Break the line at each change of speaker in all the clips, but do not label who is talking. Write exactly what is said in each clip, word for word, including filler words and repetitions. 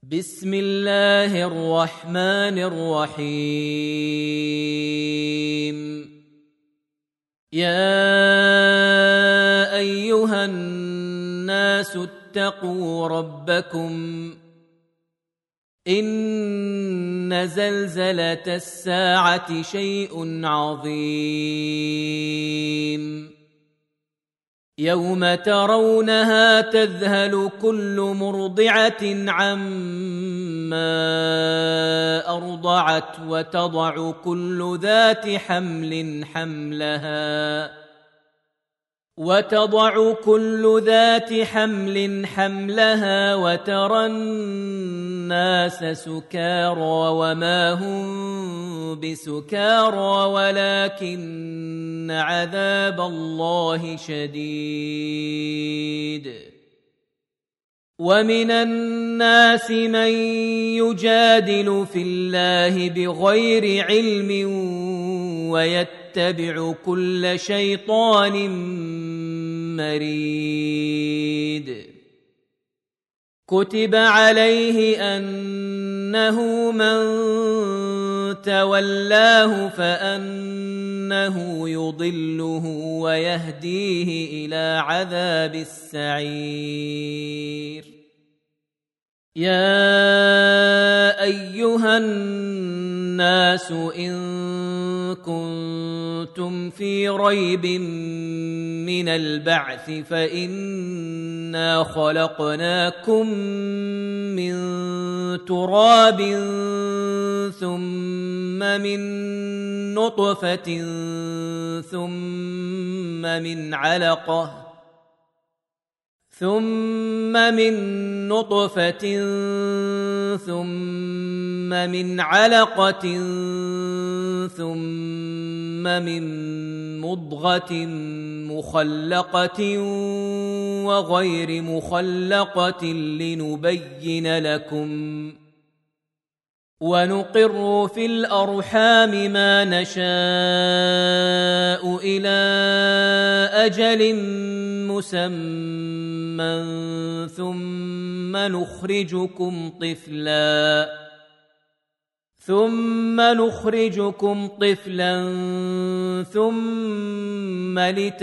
بسم الله الرحمن الرحيم. يا أيها الناس اتقوا ربكم إن زلزلة الساعة شيء عظيم يوم ترونها تذهل كل مرضعة عما أرضعت وتضع كل ذات حمل حملها وتضع كل ذات حمل حملها وترى الناس سكارى وما هم بسكارى ولكن عذاب الله شديد. ومن الناس من يجادل في الله بغير علم ويتبع كل شيطان مريد. كتب عليه أنه من تولاه فأنه يضله ويهديه إلى عذاب السعير. يا أيها الناس إن كنتم في ريب من البعث فإنا خلقناكم من تراب ثم من نطفة ثم من علقة ثم من نطفة ثم من علقة ثم من مضغة مخلقة وغير مخلقة لنبين لكم ونقر في الأرحام ما نشاء إلى أجل مسمى ثم نخرجكم طفلا ثم نخرجكم طفلا ثم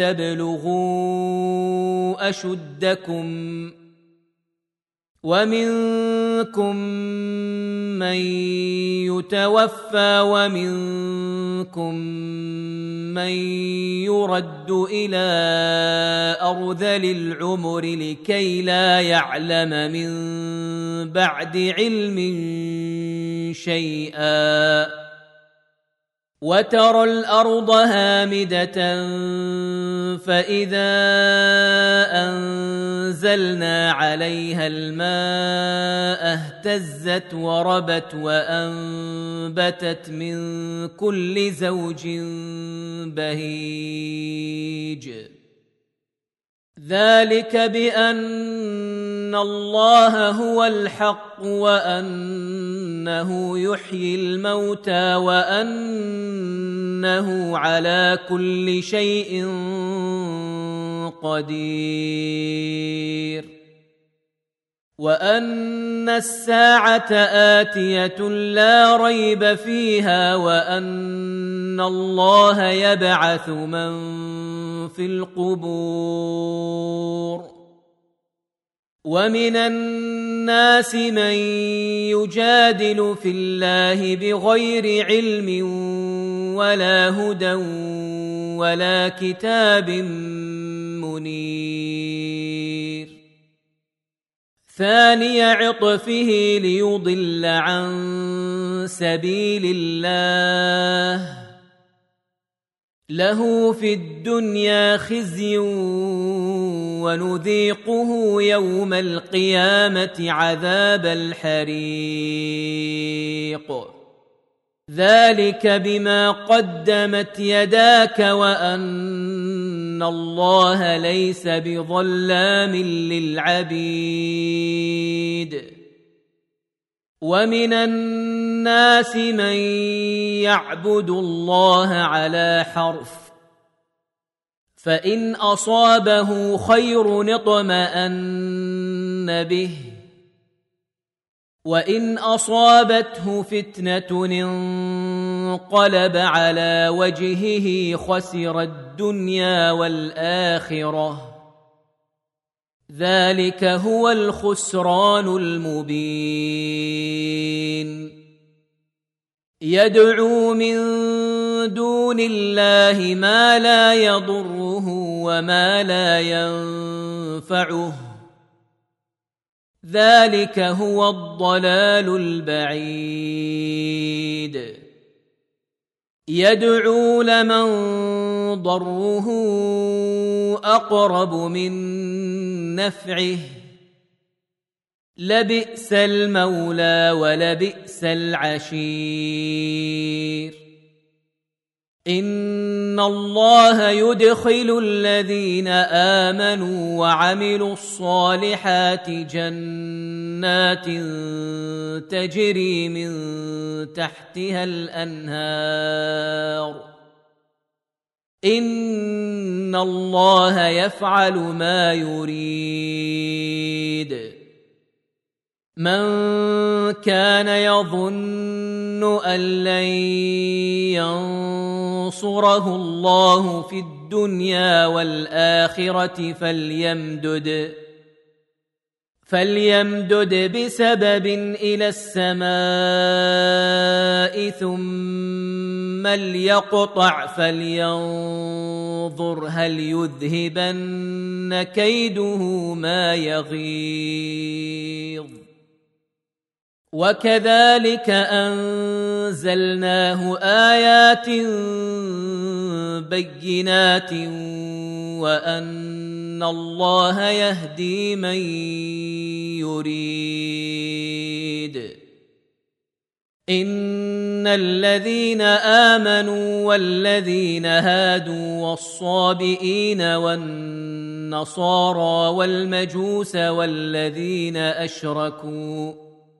لتبلغوا أشدكم ومنكم من يتوفى ومنكم من يرد إلى أرذل العمر لكي لا يعلم من بعد علم شيئا. وترى الأرض هامدة فإذا أنزلنا عليها الماء اهتزت وربت وأنبتت من كل زوج بهيج. ذلك بأن الله هو الحق وأنه يحيي الموتى وأنه على كل شيء قدير وأن الساعة آتية لا ريب فيها وأن الله يبعث من في القبور. ومن الناس من يجادل في الله بغير علم ولا هدى ولا كتاب منير. ثاني عطفه ليضل عن سبيل الله له في الدنيا خزي ونذيقه يوم القيامة عذاب الحريق. ذلك بما قدمت يداك وأن الله ليس بظلام للعبيد. ومن الناس من يعبد الله على حرف فإن أصابه خير اطمأن به وإن أصابته فتنة انقلب على وجهه خسر الدنيا والآخرة ذلك هو الخسران المبين يدعو من دون الله ما لا يضره وما لا ينفعه ذلك هو الضلال البعيد يدعو لمن ضره أقرب من نفعه لبئس المولى ولبئس العشير إن الله يدخل الذين آمنوا وعملوا الصالحات جنات تجري من تحتها الأنهار إن الله يفعل ما يريد من كان يظن أن لن ينصره الله في الدنيا والآخرة فليمدد فليمدد بسبب إلى السماء ثم ليقطع فلينظر هل يذهبن كيده ما يغيظ وكذلك أنزلناه آيات بينات وأن الله يهدي من يريد إن الذين آمنوا والذين هادوا والصابئين والنصارى والمجوس والذين أشركوا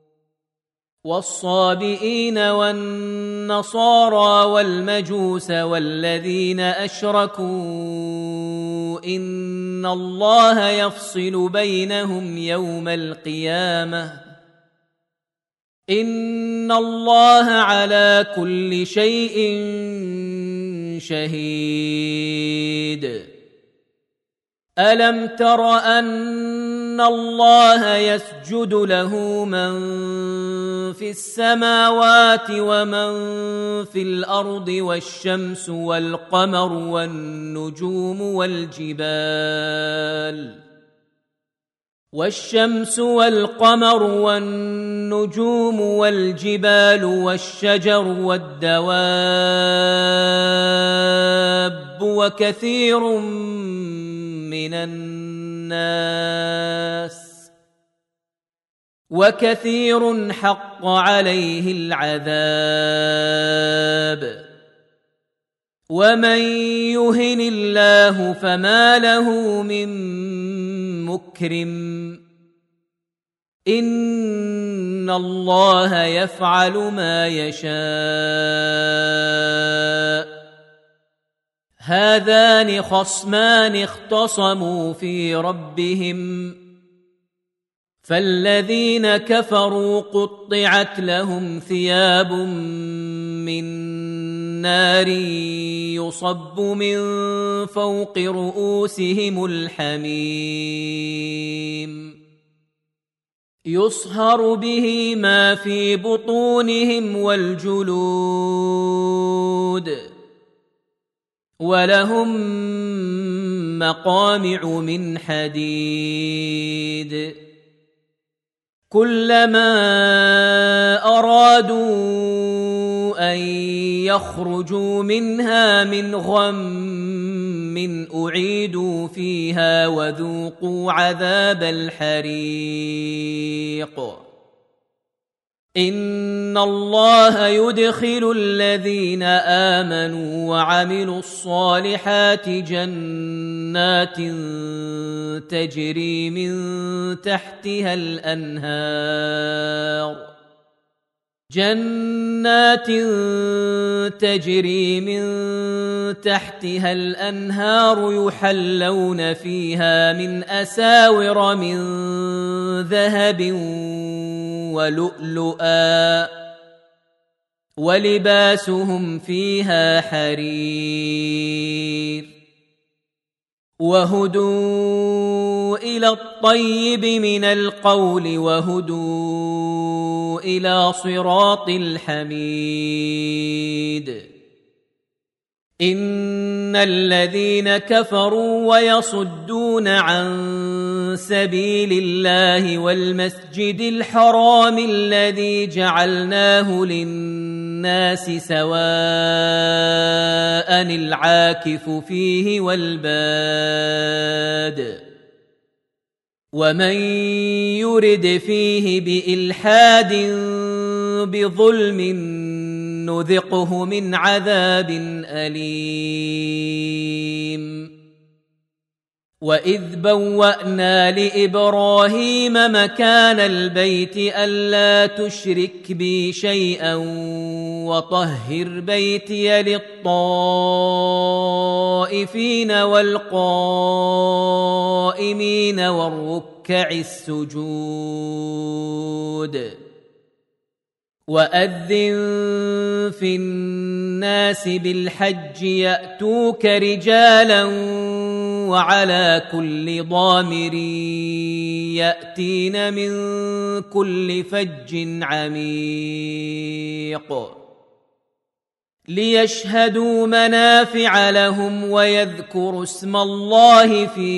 والصابئين والنصارى والمجوس والذين أشركوا إن الله يفصل بينهم يوم القيامة إن الله على كل شيء شهيد ألم تر أن الله يسجد له من في السماوات ومن في الأرض والشمس والقمر والنجوم والجبال والشمس والقمر والنجوم والجبال والشجر والدواب وكثير من الناس وكثير حق عليه العذاب ومن يهن الله فما له من مكرم إن الله يفعل ما يشاء هذان خصمان اختصموا في ربهم فالذين كفروا قطعت لهم ثياب من نار يصب من فوق رؤوسهم الحميم يصهر به ما في بطونهم والجلود ولهم مقامع من حديد كلما أرادوا أن يخرجوا منها من غم أعيدوا فيها وذوقوا عذاب الحريق إن الله يدخل الذين آمنوا وعملوا الصالحات جنات تجري من تحتها الأنهار جنات تجري من تحتها الأنهار يحلون فيها من أساور من ذهب ولؤلؤا ولباسهم فيها حرير وهدوا إلى الطيب من القول وهدوا إلى صراط الحميد إن الذين كفروا ويصدون عن سبيل الله والمسجد الحرام الذي جعلناه للناس سواء العاكف فيه والباد ومن يرد فيه بإلحاد بظلم نذقه من عذاب أليم وإذ بوأنا لإبراهيم مكان البيت ألا تشرك بي شيئا وطهر بيتي للطائفين والقائمين والركع السجود وأذن في الناس بالحج يأتوك رجالا وعلى كل ضامر يأتين من كل فج عميق ليشهدوا منافع لهم ويذكروا اسم الله في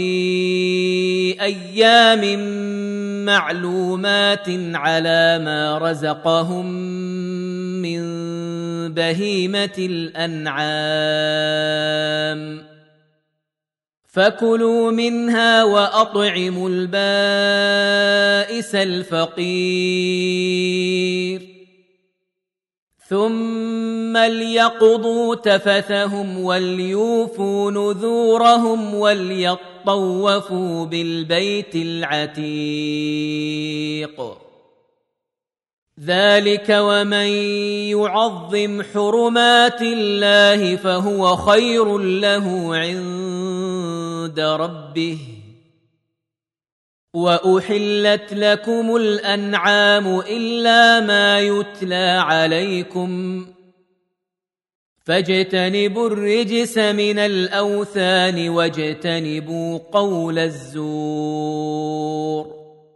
أيام معلومات على ما رزقهم من بهيمة الأنعام فكلوا منها وأطعموا البائس الفقير ثم ليقضوا تفثهم وليوفوا نذورهم وليطوفوا بالبيت العتيق ذلك ومن يعظم حرمات الله فهو خير له عند ربه وأحلت لكم الأنعام إلا ما يتلى عليكم فاجتنبوا الرجس من الأوثان واجتنبوا قول الزور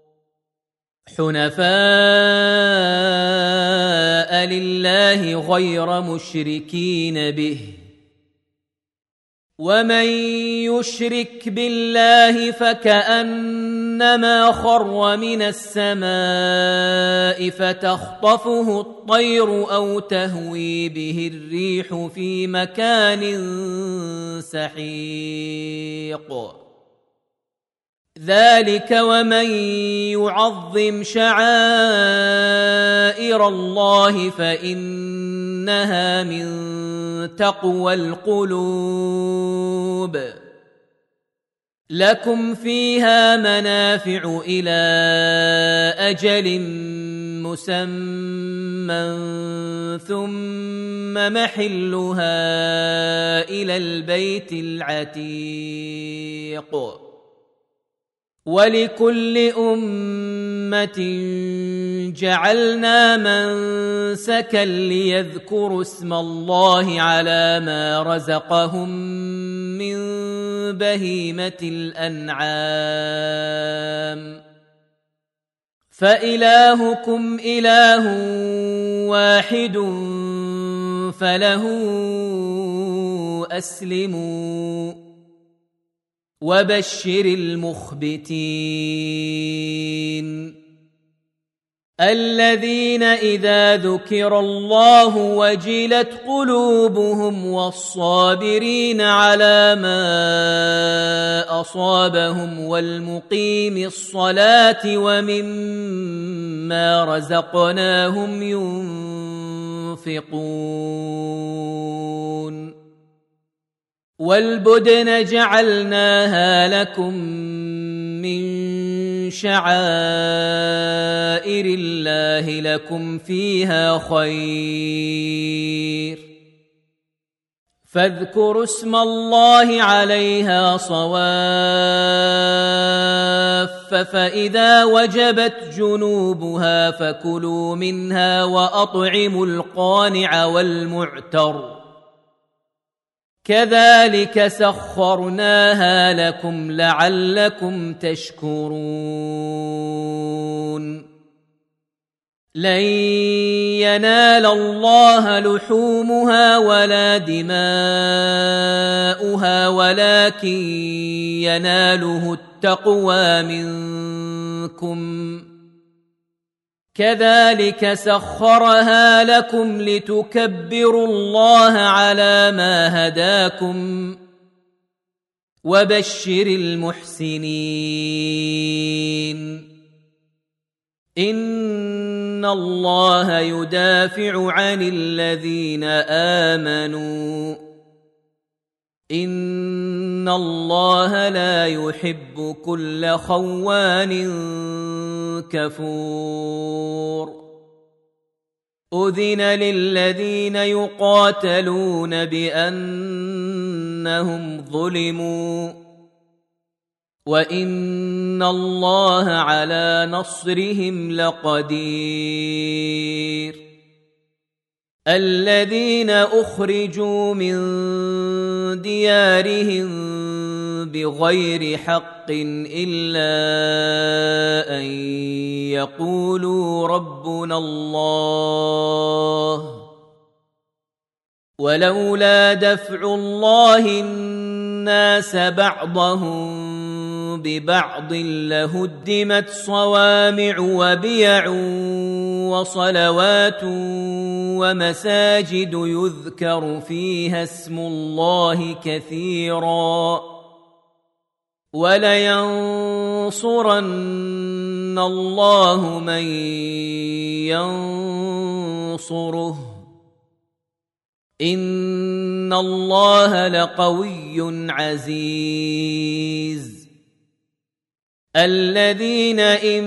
حنفاء لله غير مشركين به ومن يشرك بالله فكأنما خر من السماء فتخطفه الطير أو تهوي به الريح في مكان سحيق ذلك ومن يعظم شعائر الله فإنها من تقوى القلوب لكم فيها منافع إلى أجل مسمى ثم محلها إلى البيت العتيق ولكل أمة جعلنا منسكا ليذكروا اسم الله على ما رزقهم من بهيمة الأنعام فإلهكم إله واحد فله أسلموا وبشر المخبتين الذين إذا ذكر الله وجلت قلوبهم والصابرين على ما أصابهم والمقيم الصلاة ومما رزقناهم ينفقون والبدن جعلناها لكم من شعائر الله لكم فيها خير فاذكروا اسم الله عليها صواف فإذا وجبت جنوبها فكلوا منها وأطعموا القانع والمعتر كذلك سخرناها لكم لعلكم تشكرون لن ينال الله لحومها ولا دماؤها ولكن يناله التقوى منكم كذلك سخرها لكم لتكبروا الله على ما هداكم وبشر المحسنين إن الله يدافع عن الذين آمنوا إن الله لا يحب كل خوان كفور أذن للذين يقاتلون بأنهم ظلموا وإن الله على نصرهم لقدير الذين أخرجوا من ديارهم بغير حق إلا أن يقولوا ربنا الله ولولا دفع الله الناس بعضهم ببعض لهدمت صوامع وبيع وصلوات ومساجد يذكر فيها اسم الله كثيرا ولينصرن الله من ينصره إن الله لقوي عزيز الذين إن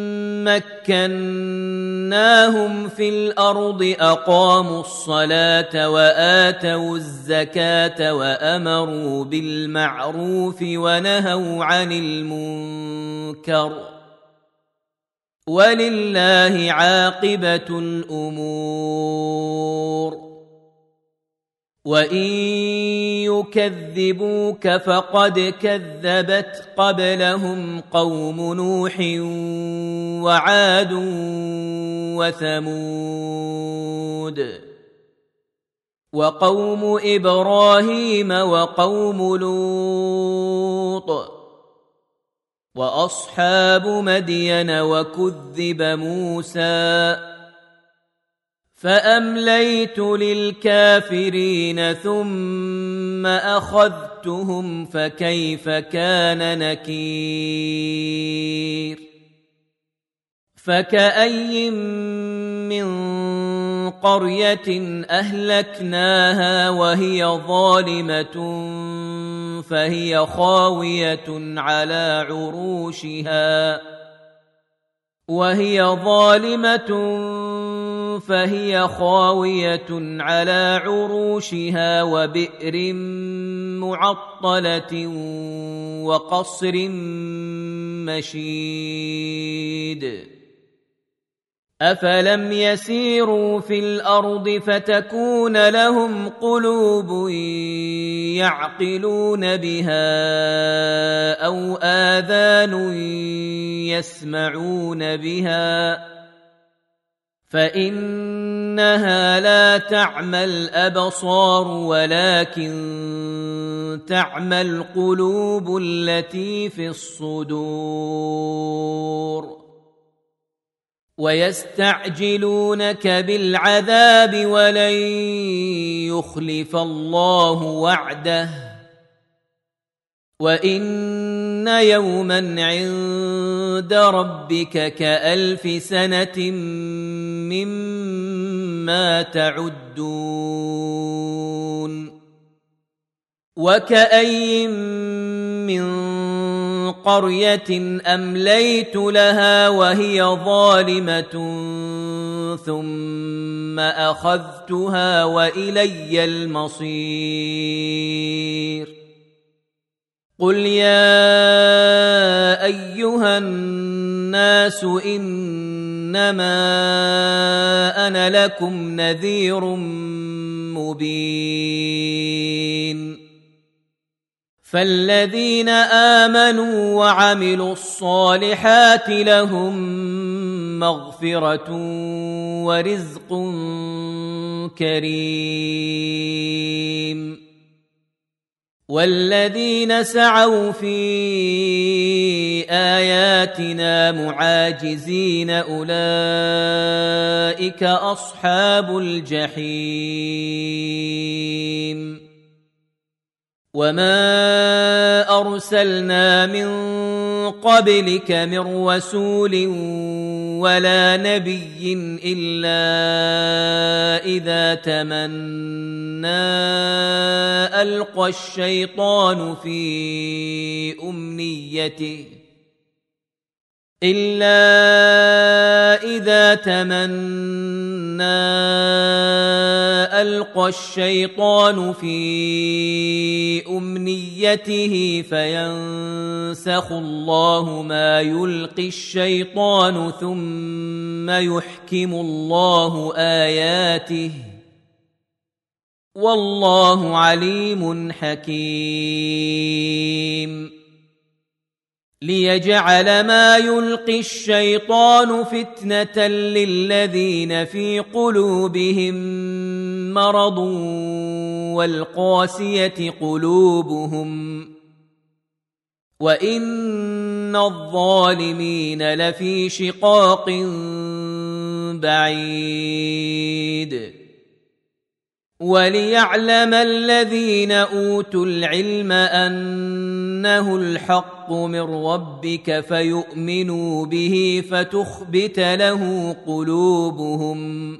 مكناهم في الأرض أقاموا الصلاة وآتوا الزكاة وأمروا بالمعروف ونهوا عن المنكر ولله عاقبة الأمور وإن يكذبوك فقد كذبت قبلهم قوم نوح وعاد وثمود وقوم إبراهيم وقوم لوط وأصحاب مدين وكذب موسى فأمليت للكافرين ثم أخذتهم فكيف كان نكير فكأي من قرية أهلكناها وهي ظالمة فهي خاوية على عروشها وهي ظالمة فهي خاوية على عروشها وبئر معطلة وقصر مشيد أفلم يسيروا في الأرض فتكون لهم قلوب يعقلون بها أو آذان يسمعون بها فإنها لا تعمى الأبصار ولكن تعمى القلوب التي في الصدور ويستعجلونك بالعذاب ولن يخلف الله وعده وإن يوما عند ربك كألف سنة مما تعدون وكأي من قرية أمليت لها وهي ظالمة ثم أخذتها وإلي المصير قل يا أيها الناس إنما أنا لكم نذير مبين فالذين آمنوا وعملوا الصالحات لهم مغفرة ورزق كريم والذين سعوا في آياتنا معاجزين أولئك أصحاب الجحيم وما أرسلنا من قبلك من رسول ولا نبي إلا إذا تمنى ألقى الشيطان في أمنيته إلا إذا تمنى ألقى الشيطان في أمنيته فينسخ الله ما يلقي الشيطان ثم يحكم الله آياته والله عليم حكيم ليجعل ما يلقي الشيطان فتنة للذين في قلوبهم مرض والقاسية قلوبهم وإن الظالمين لفي شقاق بعيد وليعلم الذين أوتوا العلم أنه الحق من ربك فيؤمنوا به فتخبت له قلوبهم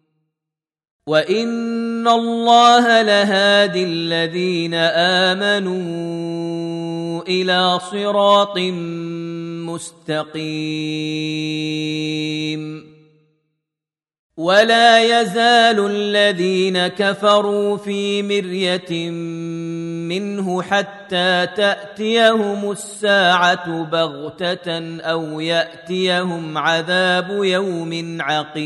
وإن الله لهادي الذين آمنوا إلى صراط مستقيم ولا يزال الذين كفروا في مرية منه حتى تأتيهم الساعة بغتة أو يأتيهم عذاب يوم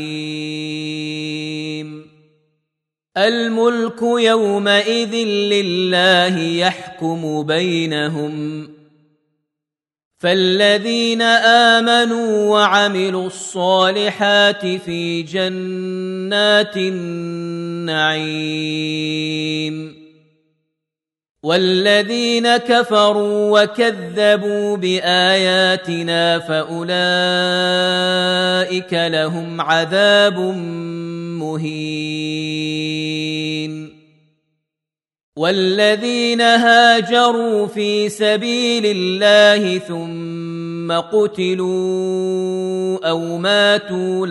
عقيم الملك يومئذ لله يحكم بينهم فالذين آمنوا وعملوا الصالحات في جنات النعيم والذين كفروا وكذبوا بآياتنا فأولئك لهم عذاب مهين والذين هاجروا في سبيل الله ثم قتلوا أو ماتوا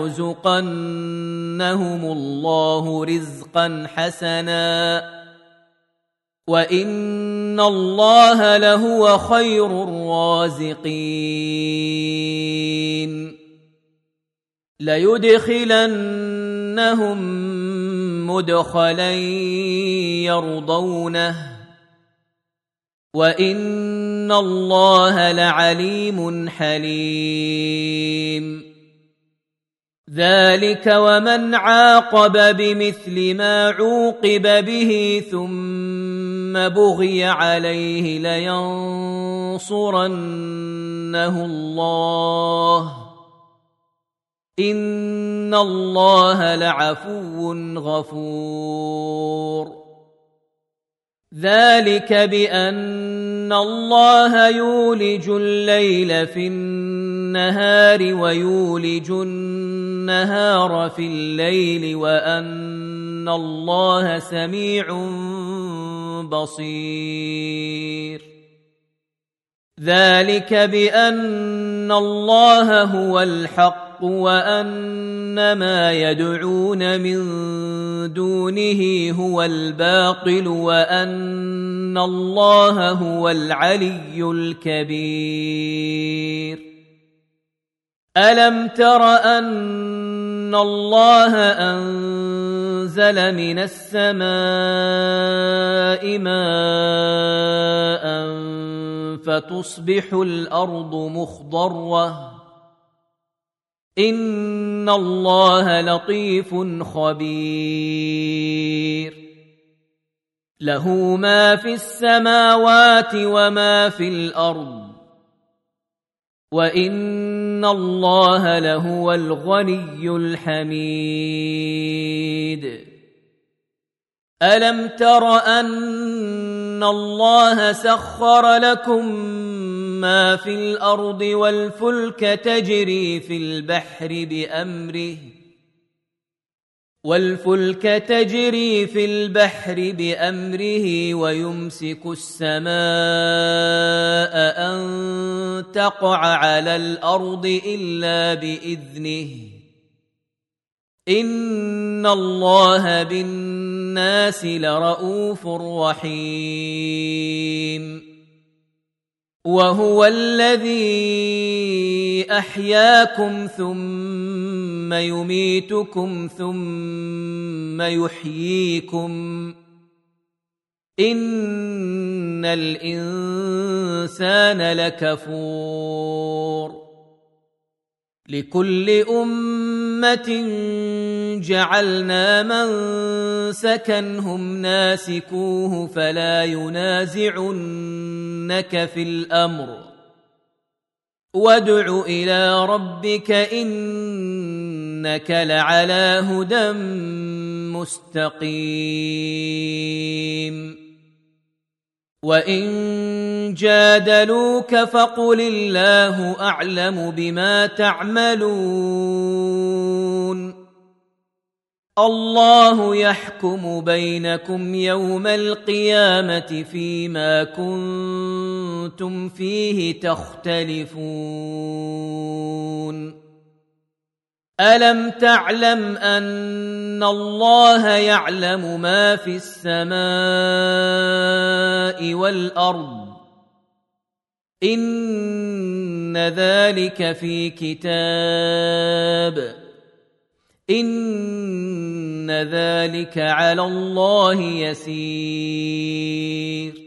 ليرزقنهم الله رزقا حسنا وإن الله لهو خير الرازقين ليدخلنهم مدخلا يرضونه وإن الله لعليم حليم ذلك ومن عاقب بمثل ما عوقب به ثم بغي عليه لينصرنه الله إن الله لعفو غفور ذلك بأن الله يولج الليل في النهار ويولج النهار في الليل وأن الله سميع بصير ذلك بأن الله هو الحق وأن ما يدعون من دونه هو الباطل وأن الله هو العلي الكبير ألم تر أن الله أنزل أنزل من السماء ماء فتصبح الأرض مخضرة إن الله لطيف خبير له ما في السماوات وما في الأرض وإن الله لهو الغني الحميد ألم تر أن الله سخر لكم ما في الأرض والفلك تجري في البحر بأمره والفلك تجري في البحر بأمره ويمسك السماء أن تقع على الأرض إلا بإذنه إن الله بالناس لرءوف رحيم وهو الذي أحياكم ثم يميتكم ثم يحييكم إن الإنسان لكفور لكل أمة جعلنا منسكا هم ناسكوه فلا ينازعنك في الأمر وادع إلى ربك إنك لعلى هدى مستقيم وإن جادلوك فقل الله أعلم بما تعملون الله يحكم بينكم يوم القيامة فيما كنتم فيه تختلفون ألم تعلم أن الله يعلم ما في السماء والأرض إن ذلك في كتاب إن ذلك على الله يسير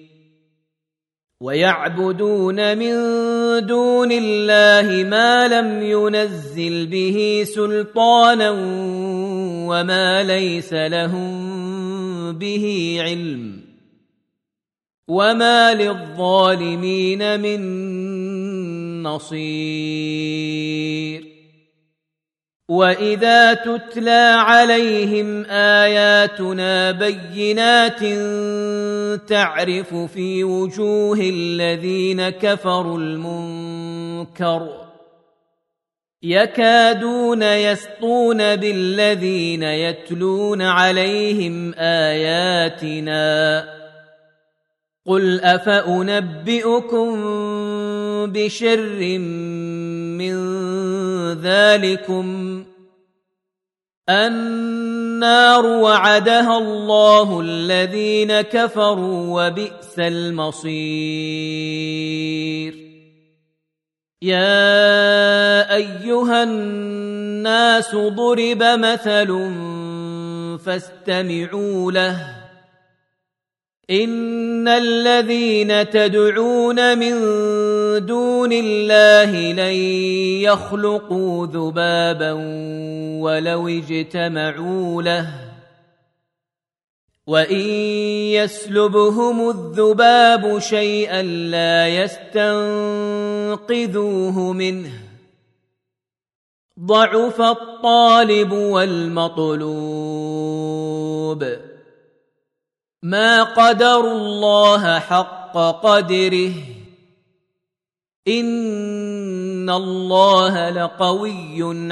ويعبدون من دون الله ما لم ينزل به سلطانا وما ليس لهم به علم وما للظالمين من نصير وإذا تتلى عليهم آياتنا بينات تعرف في وجوه الذين كفروا المنكر يكادون يسطون بالذين يتلون عليهم آياتنا قل أفأنبئكم بشر من ذلكم النار وعدها الله الذين كفروا وبئس المصير يا أيها الناس ضرب مثل فاستمعوا له إن الذين تدعون من دون الله لن يخلقوا ذبابا ولو اجتمعوا له وإن يسلبهم الذباب شيئا لا يستنقذوه منه ضعف الطالب والمطلوب ما قدروا الله حق قدره إن الله لقوي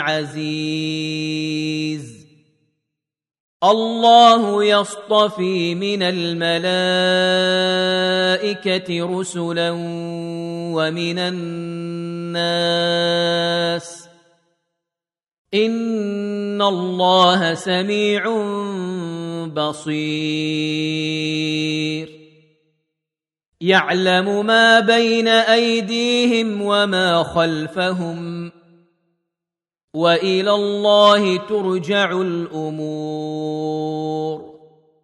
عزيز الله يصطفي من الملائكة رسلا ومن الناس إن الله سميع بصير يعلم ما بين أيديهم وما خلفهم وإلى الله ترجع الأمور.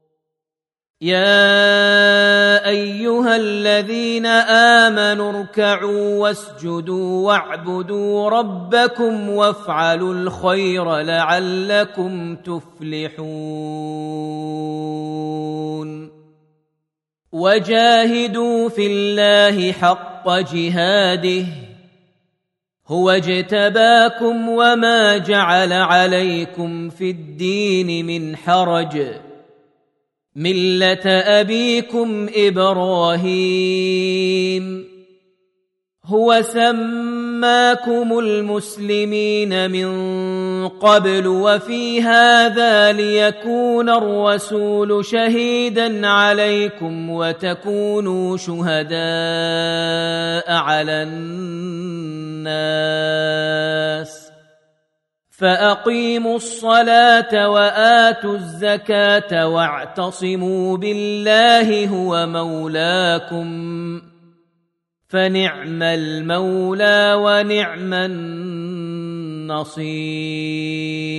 يا أيها الذين آمنوا اركعوا واسجدوا واعبدوا ربكم وافعلوا الخير لعلكم تفلحون. وجاهدوا في الله حق جهاده هو اجتباكم وما جعل عليكم في الدين من حرج ملة أبيكم إبراهيم هو سماكم المسلمين من قبل وفي هذا ليكون الرسول شهيدا عليكم وتكونوا شهداء على الناس فأقيموا الصلاة وآتوا الزكاة واعتصموا بالله هو مولاكم فنعم المولى ونعم النصير.